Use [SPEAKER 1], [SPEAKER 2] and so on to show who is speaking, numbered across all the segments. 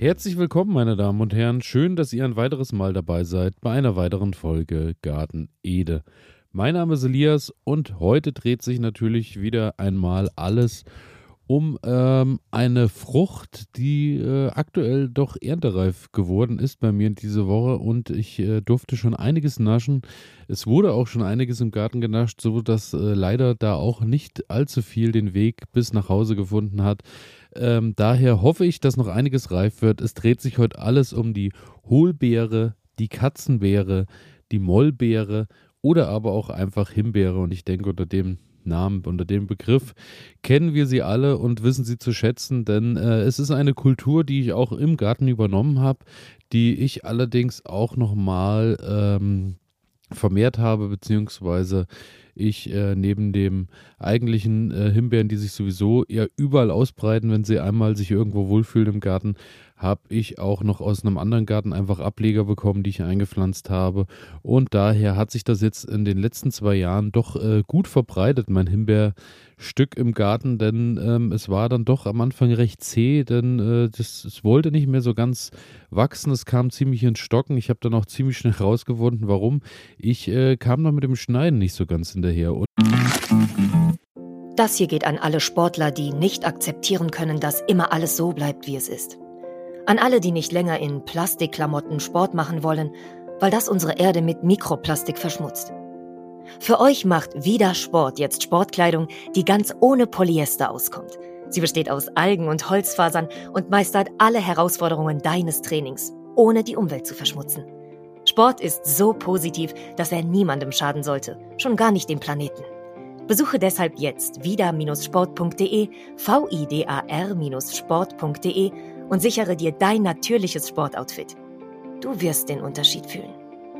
[SPEAKER 1] Herzlich willkommen, meine Damen und Herren. Schön, dass ihr ein weiteres Mal dabei seid bei einer weiteren Folge Garten Ede. Mein Name ist Elias und heute dreht sich natürlich wieder einmal alles um eine Frucht, die aktuell doch erntereif geworden ist bei mir diese Woche und ich durfte schon einiges naschen. Es wurde auch schon einiges im Garten genascht, so dass leider da auch nicht allzu viel den Weg bis nach Hause gefunden hat. Daher hoffe ich, dass noch einiges reif wird. Es dreht sich heute alles um die Hohlbeere, die Katzenbeere, die Mollbeere oder aber auch einfach Himbeere. Und ich denke, unter dem Namen, unter dem Begriff kennen wir sie alle und wissen sie zu schätzen, denn es ist eine Kultur, die ich auch im Garten übernommen habe, die ich allerdings auch nochmal vermehrt habe, beziehungsweise ich neben dem eigentlichen Himbeeren, die sich sowieso eher überall ausbreiten, wenn sie einmal sich irgendwo wohlfühlen im Garten, habe ich auch noch aus einem anderen Garten einfach Ableger bekommen, die ich eingepflanzt habe. Und daher hat sich das jetzt in den letzten 2 Jahren doch gut verbreitet, mein Himbeerstück im Garten, denn es war dann doch am Anfang recht zäh, denn es wollte nicht mehr so ganz wachsen, es kam ziemlich ins Stocken. Ich habe dann auch ziemlich schnell rausgefunden, warum. Ich kam noch mit dem Schneiden nicht so ganz hinterher.
[SPEAKER 2] Das hier geht an alle Sportler, die nicht akzeptieren können, dass immer alles so bleibt, wie es ist. An alle, die nicht länger in Plastikklamotten Sport machen wollen, weil das unsere Erde mit Mikroplastik verschmutzt. Für euch macht Vida Sport jetzt Sportkleidung, die ganz ohne Polyester auskommt. Sie besteht aus Algen und Holzfasern und meistert alle Herausforderungen deines Trainings, ohne die Umwelt zu verschmutzen. Sport ist so positiv, dass er niemandem schaden sollte, schon gar nicht dem Planeten. Besuche deshalb jetzt vida-sport.de, vidar-sport.de und sichere dir dein natürliches Sportoutfit. Du wirst den Unterschied fühlen.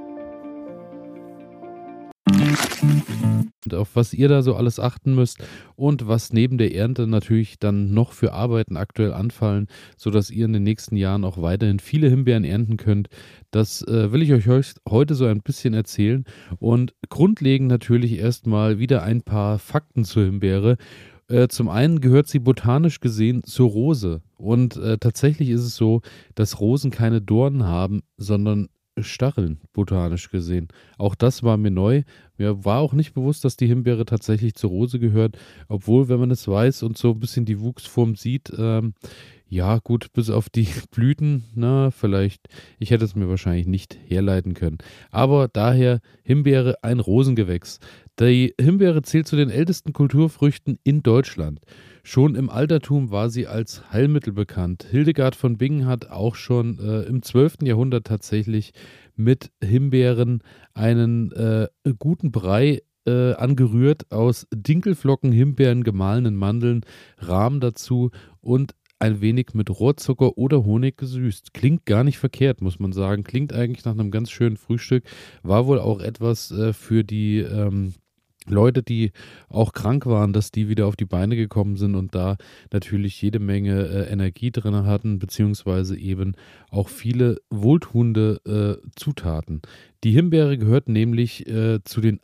[SPEAKER 1] Und auf was ihr da so alles achten müsst und was neben der Ernte natürlich dann noch für Arbeiten aktuell anfallen, sodass ihr in den nächsten Jahren auch weiterhin viele Himbeeren ernten könnt, das will ich euch heute so ein bisschen erzählen. Und grundlegend natürlich erstmal wieder ein paar Fakten zur Himbeere. Zum einen gehört sie botanisch gesehen zur Rose und tatsächlich ist es so, dass Rosen keine Dornen haben, sondern Stacheln, botanisch gesehen. Auch das war mir neu. Mir war auch nicht bewusst, dass die Himbeere tatsächlich zur Rose gehört, obwohl, wenn man es weiß und so ein bisschen die Wuchsform sieht, ja gut, bis auf die Blüten, na, vielleicht, ich hätte es mir wahrscheinlich nicht herleiten können. Aber daher Himbeere ein Rosengewächs. Die Himbeere zählt zu den ältesten Kulturfrüchten in Deutschland. Schon im Altertum war sie als Heilmittel bekannt. Hildegard von Bingen hat auch schon im 12. Jahrhundert tatsächlich mit Himbeeren einen guten Brei angerührt aus Dinkelflocken, Himbeeren, gemahlenen Mandeln, Rahm dazu und ein wenig mit Rohrzucker oder Honig gesüßt. Klingt gar nicht verkehrt, muss man sagen. Klingt eigentlich nach einem ganz schönen Frühstück. War wohl auch etwas für die Leute, die auch krank waren, dass die wieder auf die Beine gekommen sind und da natürlich jede Menge Energie drin hatten, beziehungsweise eben auch viele wohltuende Zutaten. Die Himbeere gehört nämlich zu den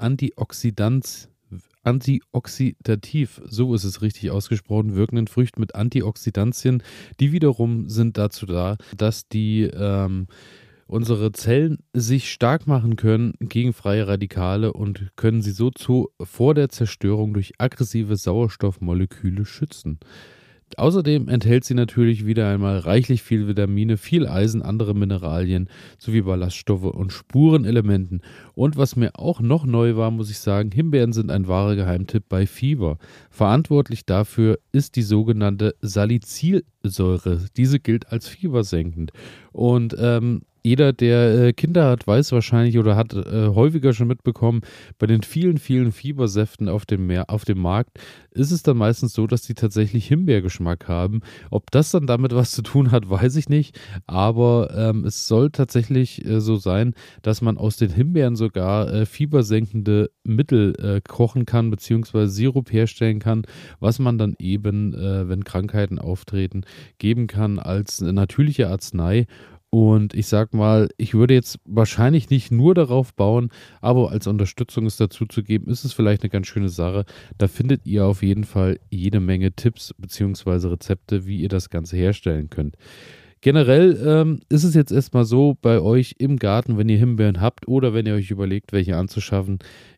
[SPEAKER 1] antioxidativ, so ist es richtig ausgesprochen, wirkenden Früchten mit Antioxidantien, die wiederum sind dazu da, dass die unsere Zellen sich stark machen können gegen freie Radikale und können sie so vor der Zerstörung durch aggressive Sauerstoffmoleküle schützen. Außerdem enthält sie natürlich wieder einmal reichlich viel Vitamine, viel Eisen, andere Mineralien sowie Ballaststoffe und Spurenelementen. Und was mir auch noch neu war, muss ich sagen, Himbeeren sind ein wahrer Geheimtipp bei Fieber. Verantwortlich dafür ist die sogenannte Salicylsäure. Diese gilt als fiebersenkend. Und jeder, der Kinder hat, weiß wahrscheinlich oder hat häufiger schon mitbekommen, bei den vielen, vielen Fiebersäften auf dem Markt ist es dann meistens so, dass die tatsächlich Himbeergeschmack haben. Ob das dann damit was zu tun hat, weiß ich nicht. Aber es soll tatsächlich so sein, dass man aus den Himbeeren sogar fiebersenkende Mittel kochen kann, beziehungsweise Sirup herstellen kann, was man dann eben, wenn Krankheiten auftreten, geben kann als natürliche Arznei. Und ich sag mal, ich würde jetzt wahrscheinlich nicht nur darauf bauen, aber als Unterstützung es dazu zu geben, ist es vielleicht eine ganz schöne Sache. Da findet ihr auf jeden Fall jede Menge Tipps bzw. Rezepte, wie ihr das Ganze herstellen könnt. Generell ist es jetzt erstmal so bei euch im Garten, wenn ihr Himbeeren habt oder wenn ihr euch überlegt, welche anzuschaffen,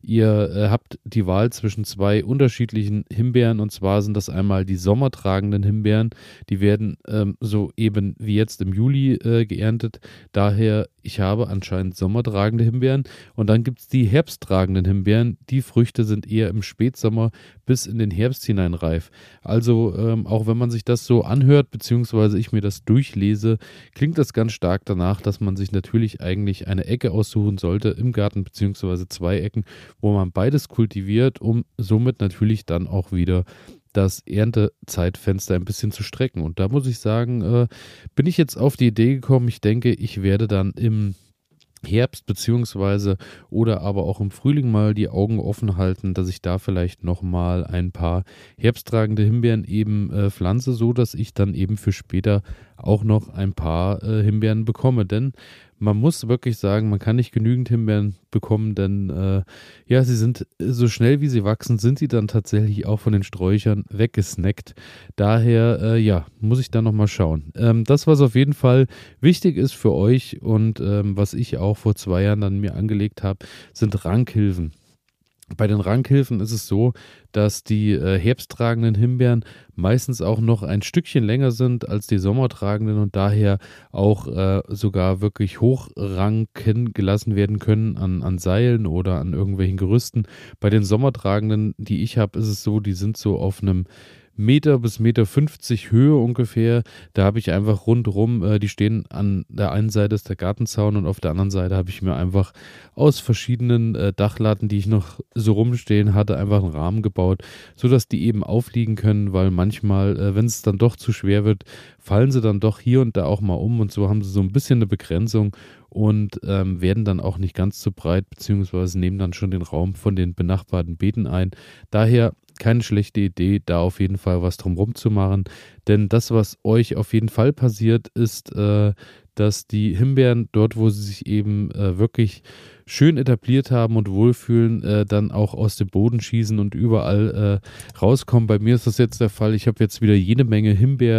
[SPEAKER 1] ihr habt die Wahl zwischen zwei unterschiedlichen Himbeeren, und zwar sind das einmal die sommertragenden Himbeeren, die werden so eben wie jetzt im Juli geerntet, daher ich habe anscheinend sommertragende Himbeeren, und dann gibt es die herbsttragenden Himbeeren, die Früchte sind eher im Spätsommer bis in den Herbst hinein reif. Also auch wenn man sich das so anhört, beziehungsweise ich mir das durchlese, klingt das ganz stark danach, dass man sich natürlich eigentlich eine Ecke aussuchen sollte im Garten, beziehungsweise zwei Ecken, wo man beides kultiviert, um somit natürlich dann auch wieder das Erntezeitfenster ein bisschen zu strecken. Und da muss ich sagen, bin ich jetzt auf die Idee gekommen, ich denke, ich werde dann im Herbst beziehungsweise oder aber auch im Frühling mal die Augen offen halten, dass ich da vielleicht nochmal ein paar herbsttragende Himbeeren eben pflanze, so dass ich dann eben für später auch noch ein paar Himbeeren bekomme. Denn man muss wirklich sagen, man kann nicht genügend Himbeeren bekommen, denn ja, sie sind so schnell wie sie wachsen, sind sie dann tatsächlich auch von den Sträuchern weggesnackt. Daher, ja, muss ich da nochmal schauen. Das, was auf jeden Fall wichtig ist für euch und was ich auch vor 2 Jahren dann mir angelegt habe, sind Rankhilfen. Bei den Rankhilfen ist es so, dass die herbsttragenden Himbeeren meistens auch noch ein Stückchen länger sind als die sommertragenden und daher auch sogar wirklich hochranken gelassen werden können an Seilen oder an irgendwelchen Gerüsten. Bei den sommertragenden, die ich habe, ist es so, die sind so auf einem Meter bis Meter 50 Höhe ungefähr. Da habe ich einfach rundherum, die stehen an der einen Seite ist der Gartenzaun und auf der anderen Seite habe ich mir einfach aus verschiedenen Dachlatten, die ich noch so rumstehen hatte, einfach einen Rahmen gebaut, sodass die eben aufliegen können, weil manchmal, wenn es dann doch zu schwer wird, fallen sie dann doch hier und da auch mal um, und so haben sie so ein bisschen eine Begrenzung und werden dann auch nicht ganz so breit, beziehungsweise nehmen dann schon den Raum von den benachbarten Beeten ein. Daher keine schlechte Idee, da auf jeden Fall was drumherum zu machen, denn das, was euch auf jeden Fall passiert, ist, dass die Himbeeren dort, wo sie sich eben wirklich schön etabliert haben und wohlfühlen, dann auch aus dem Boden schießen und überall rauskommen. Bei mir ist das jetzt der Fall, ich habe jetzt wieder jede Menge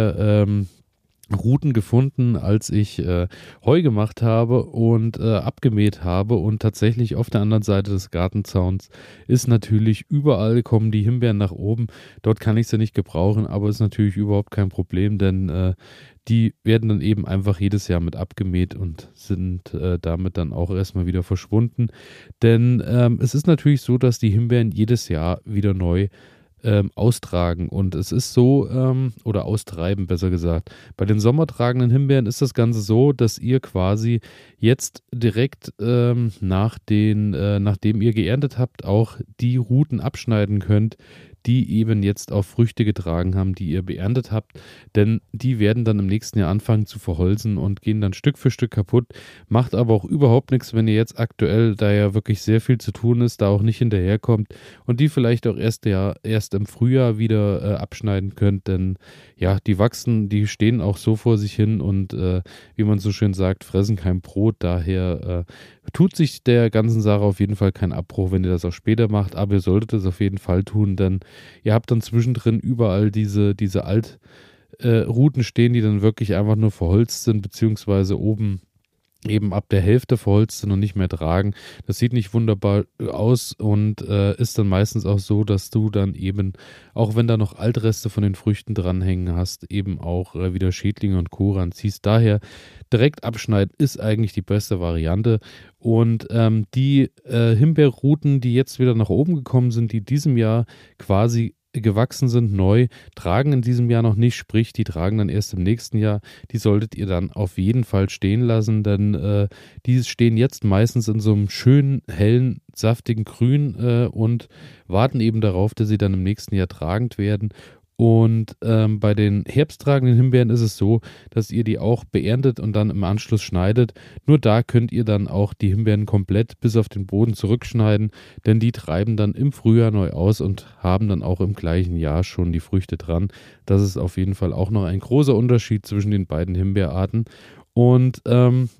[SPEAKER 1] Routen gefunden, als ich Heu gemacht habe und abgemäht habe, und tatsächlich auf der anderen Seite des Gartenzauns ist natürlich überall kommen die Himbeeren nach oben. Dort kann ich sie nicht gebrauchen, aber ist natürlich überhaupt kein Problem, denn die werden dann eben einfach jedes Jahr mit abgemäht und sind damit dann auch erstmal wieder verschwunden. Denn es ist natürlich so, dass die Himbeeren jedes Jahr wieder neu austragen, und es ist so, oder austreiben besser gesagt. Bei den sommertragenden Himbeeren ist das Ganze so, dass ihr quasi jetzt direkt nachdem ihr geerntet habt, auch die Ruten abschneiden könnt, die eben jetzt auf Früchte getragen haben, die ihr beerntet habt, denn die werden dann im nächsten Jahr anfangen zu verholzen und gehen dann Stück für Stück kaputt. Macht aber auch überhaupt nichts, wenn ihr jetzt aktuell, da ja wirklich sehr viel zu tun ist, da auch nicht hinterherkommt und die vielleicht auch erst im Frühjahr wieder abschneiden könnt, denn ja, die wachsen, die stehen auch so vor sich hin und wie man so schön sagt, fressen kein Brot, daher tut sich der ganzen Sache auf jeden Fall kein Abbruch, wenn ihr das auch später macht, aber ihr solltet es auf jeden Fall tun, denn ihr habt dann zwischendrin überall diese Altrouten stehen, die dann wirklich einfach nur verholzt sind, beziehungsweise oben eben ab der Hälfte verholzt sind und nicht mehr tragen. Das sieht nicht wunderbar aus und ist dann meistens auch so, dass du dann eben, auch wenn da noch Altreste von den Früchten dranhängen hast, eben auch wieder Schädlinge und Co. ranziehst. Daher direkt abschneiden ist eigentlich die beste Variante. Und die Himbeerruten, die jetzt wieder nach oben gekommen sind, die diesem Jahr quasi gewachsen sind, neu, tragen in diesem Jahr noch nicht, sprich, die tragen dann erst im nächsten Jahr. Die solltet ihr dann auf jeden Fall stehen lassen, denn die stehen jetzt meistens in so einem schönen, hellen, saftigen Grün und warten eben darauf, dass sie dann im nächsten Jahr tragend werden. Und bei den herbsttragenden Himbeeren ist es so, dass ihr die auch beerntet und dann im Anschluss schneidet. Nur da könnt ihr dann auch die Himbeeren komplett bis auf den Boden zurückschneiden, denn die treiben dann im Frühjahr neu aus und haben dann auch im gleichen Jahr schon die Früchte dran. Das ist auf jeden Fall auch noch ein großer Unterschied zwischen den beiden Himbeerarten. Und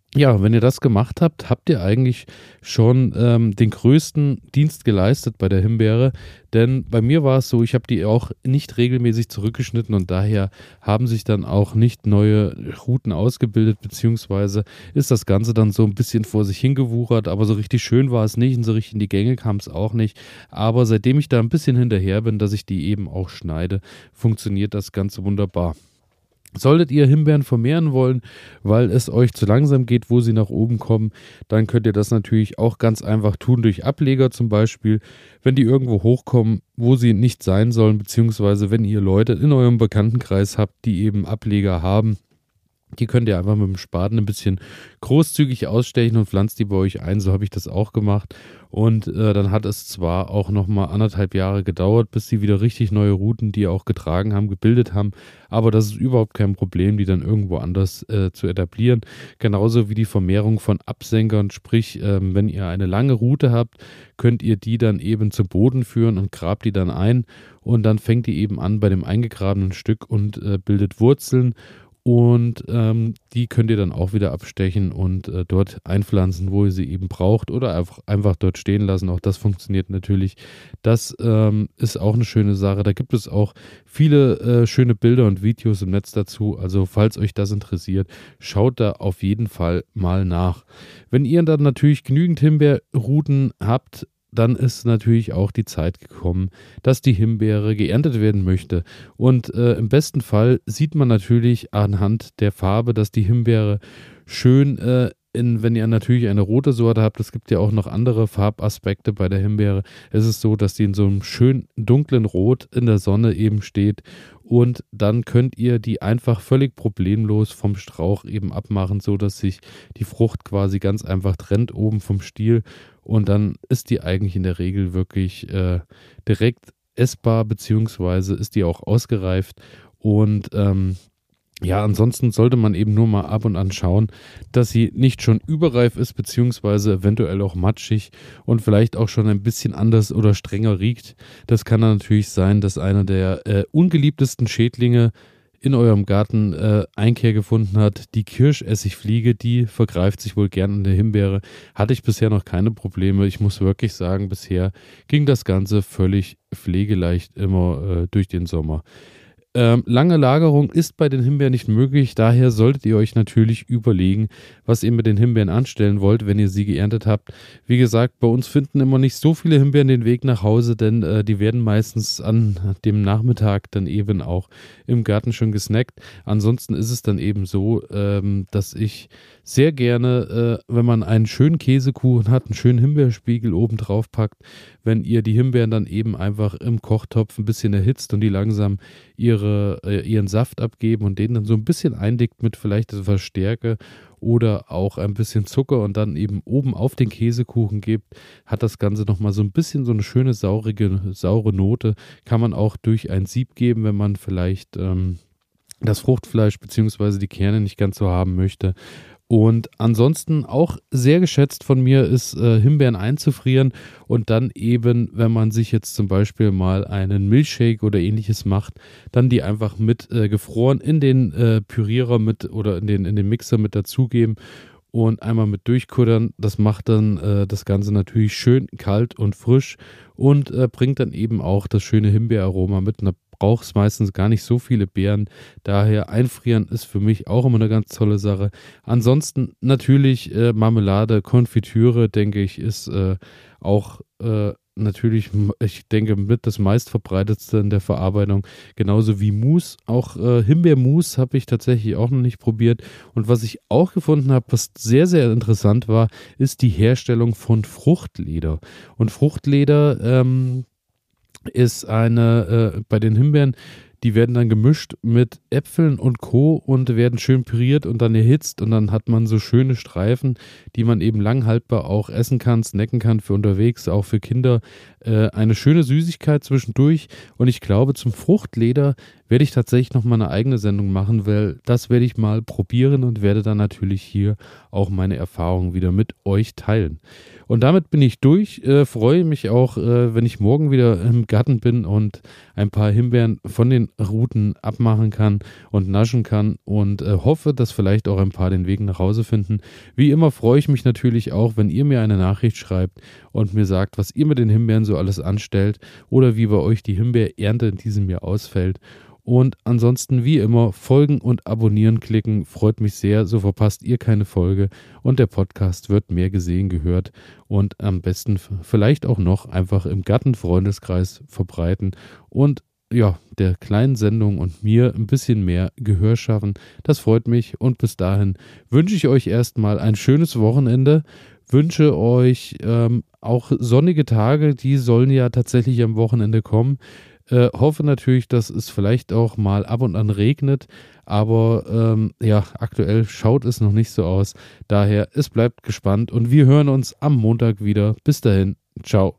[SPEAKER 1] Ja, wenn ihr das gemacht habt, habt ihr eigentlich schon den größten Dienst geleistet bei der Himbeere. Denn bei mir war es so, ich habe die auch nicht regelmäßig zurückgeschnitten und daher haben sich dann auch nicht neue Ruten ausgebildet, beziehungsweise ist das Ganze dann so ein bisschen vor sich hingewuchert, aber so richtig schön war es nicht und so richtig in die Gänge kam es auch nicht. Aber seitdem ich da ein bisschen hinterher bin, dass ich die eben auch schneide, funktioniert das Ganze wunderbar. Solltet ihr Himbeeren vermehren wollen, weil es euch zu langsam geht, wo sie nach oben kommen, dann könnt ihr das natürlich auch ganz einfach tun durch Ableger zum Beispiel, wenn die irgendwo hochkommen, wo sie nicht sein sollen, beziehungsweise wenn ihr Leute in eurem Bekanntenkreis habt, die eben Ableger haben. Die könnt ihr einfach mit dem Spaten ein bisschen großzügig ausstechen und pflanzt die bei euch ein. So habe ich das auch gemacht. Und dann hat es zwar auch nochmal 1,5 Jahre gedauert, bis sie wieder richtig neue Routen, die auch getragen haben, gebildet haben. Aber das ist überhaupt kein Problem, die dann irgendwo anders zu etablieren. Genauso wie die Vermehrung von Absenkern. Sprich, wenn ihr eine lange Route habt, könnt ihr die dann eben zu Boden führen und grabt die dann ein. Und dann fängt die eben an bei dem eingegrabenen Stück und bildet Wurzeln. Und die könnt ihr dann auch wieder abstechen und dort einpflanzen, wo ihr sie eben braucht oder einfach dort stehen lassen. Auch das funktioniert natürlich. Das ist auch eine schöne Sache. Da gibt es auch viele schöne Bilder und Videos im Netz dazu. Also falls euch das interessiert, schaut da auf jeden Fall mal nach. Wenn ihr dann natürlich genügend Himbeerruten habt, dann ist natürlich auch die Zeit gekommen, dass die Himbeere geerntet werden möchte. Und im besten Fall sieht man natürlich anhand der Farbe, dass die Himbeere schön, wenn ihr natürlich eine rote Sorte habt, es gibt ja auch noch andere Farbaspekte bei der Himbeere, es ist so, dass die in so einem schön dunklen Rot in der Sonne eben steht. Und dann könnt ihr die einfach völlig problemlos vom Strauch eben abmachen, so dass sich die Frucht quasi ganz einfach trennt oben vom Stiel. Und dann ist die eigentlich in der Regel wirklich direkt essbar, beziehungsweise ist die auch ausgereift. Und ja, ansonsten sollte man eben nur mal ab und an schauen, dass sie nicht schon überreif ist, beziehungsweise eventuell auch matschig und vielleicht auch schon ein bisschen anders oder strenger riecht. Das kann dann natürlich sein, dass einer der ungeliebtesten Schädlinge in eurem Garten Einkehr gefunden hat. Die Kirschessigfliege, die vergreift sich wohl gern an der Himbeere. Hatte ich bisher noch keine Probleme. Ich muss wirklich sagen, bisher ging das Ganze völlig pflegeleicht immer durch den Sommer. Lange Lagerung ist bei den Himbeeren nicht möglich, daher solltet ihr euch natürlich überlegen, was ihr mit den Himbeeren anstellen wollt, wenn ihr sie geerntet habt. Wie gesagt, bei uns finden immer nicht so viele Himbeeren den Weg nach Hause, denn die werden meistens an dem Nachmittag dann eben auch im Garten schon gesnackt. Ansonsten ist es dann eben so, dass ich sehr gerne, wenn man einen schönen Käsekuchen hat, einen schönen Himbeerspiegel oben drauf packt, wenn ihr die Himbeeren dann eben einfach im Kochtopf ein bisschen erhitzt und die langsam ihren Saft abgeben und den dann so ein bisschen eindickt mit vielleicht etwas Stärke oder auch ein bisschen Zucker und dann eben oben auf den Käsekuchen gebt, hat das Ganze nochmal so ein bisschen so eine schöne saure Note. Kann man auch durch ein Sieb geben, wenn man vielleicht das Fruchtfleisch bzw. die Kerne nicht ganz so haben möchte. Und ansonsten auch sehr geschätzt von mir ist, Himbeeren einzufrieren und dann eben, wenn man sich jetzt zum Beispiel mal einen Milchshake oder ähnliches macht, dann die einfach mit gefroren in den Pürierer mit oder in den Mixer mit dazugeben und einmal mit durchkuddern. Das macht dann das Ganze natürlich schön kalt und frisch und bringt dann eben auch das schöne Himbeeraroma mit. Und braucht es meistens gar nicht so viele Beeren. Daher einfrieren ist für mich auch immer eine ganz tolle Sache. Ansonsten natürlich Marmelade, Konfitüre, denke ich, ist auch natürlich, ich denke, mit das meistverbreitetste in der Verarbeitung. Genauso wie Mousse. Auch Himbeermousse habe ich tatsächlich auch noch nicht probiert. Und was ich auch gefunden habe, was sehr, sehr interessant war, ist die Herstellung von Fruchtleder. Und Fruchtleder ist bei den Himbeeren, die werden dann gemischt mit Äpfeln und Co. und werden schön püriert und dann erhitzt und dann hat man so schöne Streifen, die man eben lang haltbar auch essen kann, snacken kann für unterwegs, auch für Kinder. Eine schöne Süßigkeit zwischendurch und ich glaube, zum Fruchtleder werde ich tatsächlich nochmal eine eigene Sendung machen, weil das werde ich mal probieren und werde dann natürlich hier auch meine Erfahrungen wieder mit euch teilen. Und damit bin ich durch, freue mich auch, wenn ich morgen wieder im Garten bin und ein paar Himbeeren von den Ruten abmachen kann und naschen kann und hoffe, dass vielleicht auch ein paar den Weg nach Hause finden. Wie immer freue ich mich natürlich auch, wenn ihr mir eine Nachricht schreibt und mir sagt, was ihr mit den Himbeeren so alles anstellt oder wie bei euch die Himbeerernte in diesem Jahr ausfällt. Und ansonsten wie immer folgen und abonnieren klicken, freut mich sehr, so verpasst ihr keine Folge und der Podcast wird mehr gesehen, gehört und am besten vielleicht auch noch einfach im Gartenfreundeskreis verbreiten und ja, der kleinen Sendung und mir ein bisschen mehr Gehör schaffen. Das freut mich und bis dahin wünsche ich euch erstmal ein schönes Wochenende, wünsche euch auch sonnige Tage, die sollen ja tatsächlich am Wochenende kommen. Hoffe natürlich, dass es vielleicht auch mal ab und an regnet, aber ja, aktuell schaut es noch nicht so aus. Daher, es bleibt gespannt und wir hören uns am Montag wieder. Bis dahin, ciao.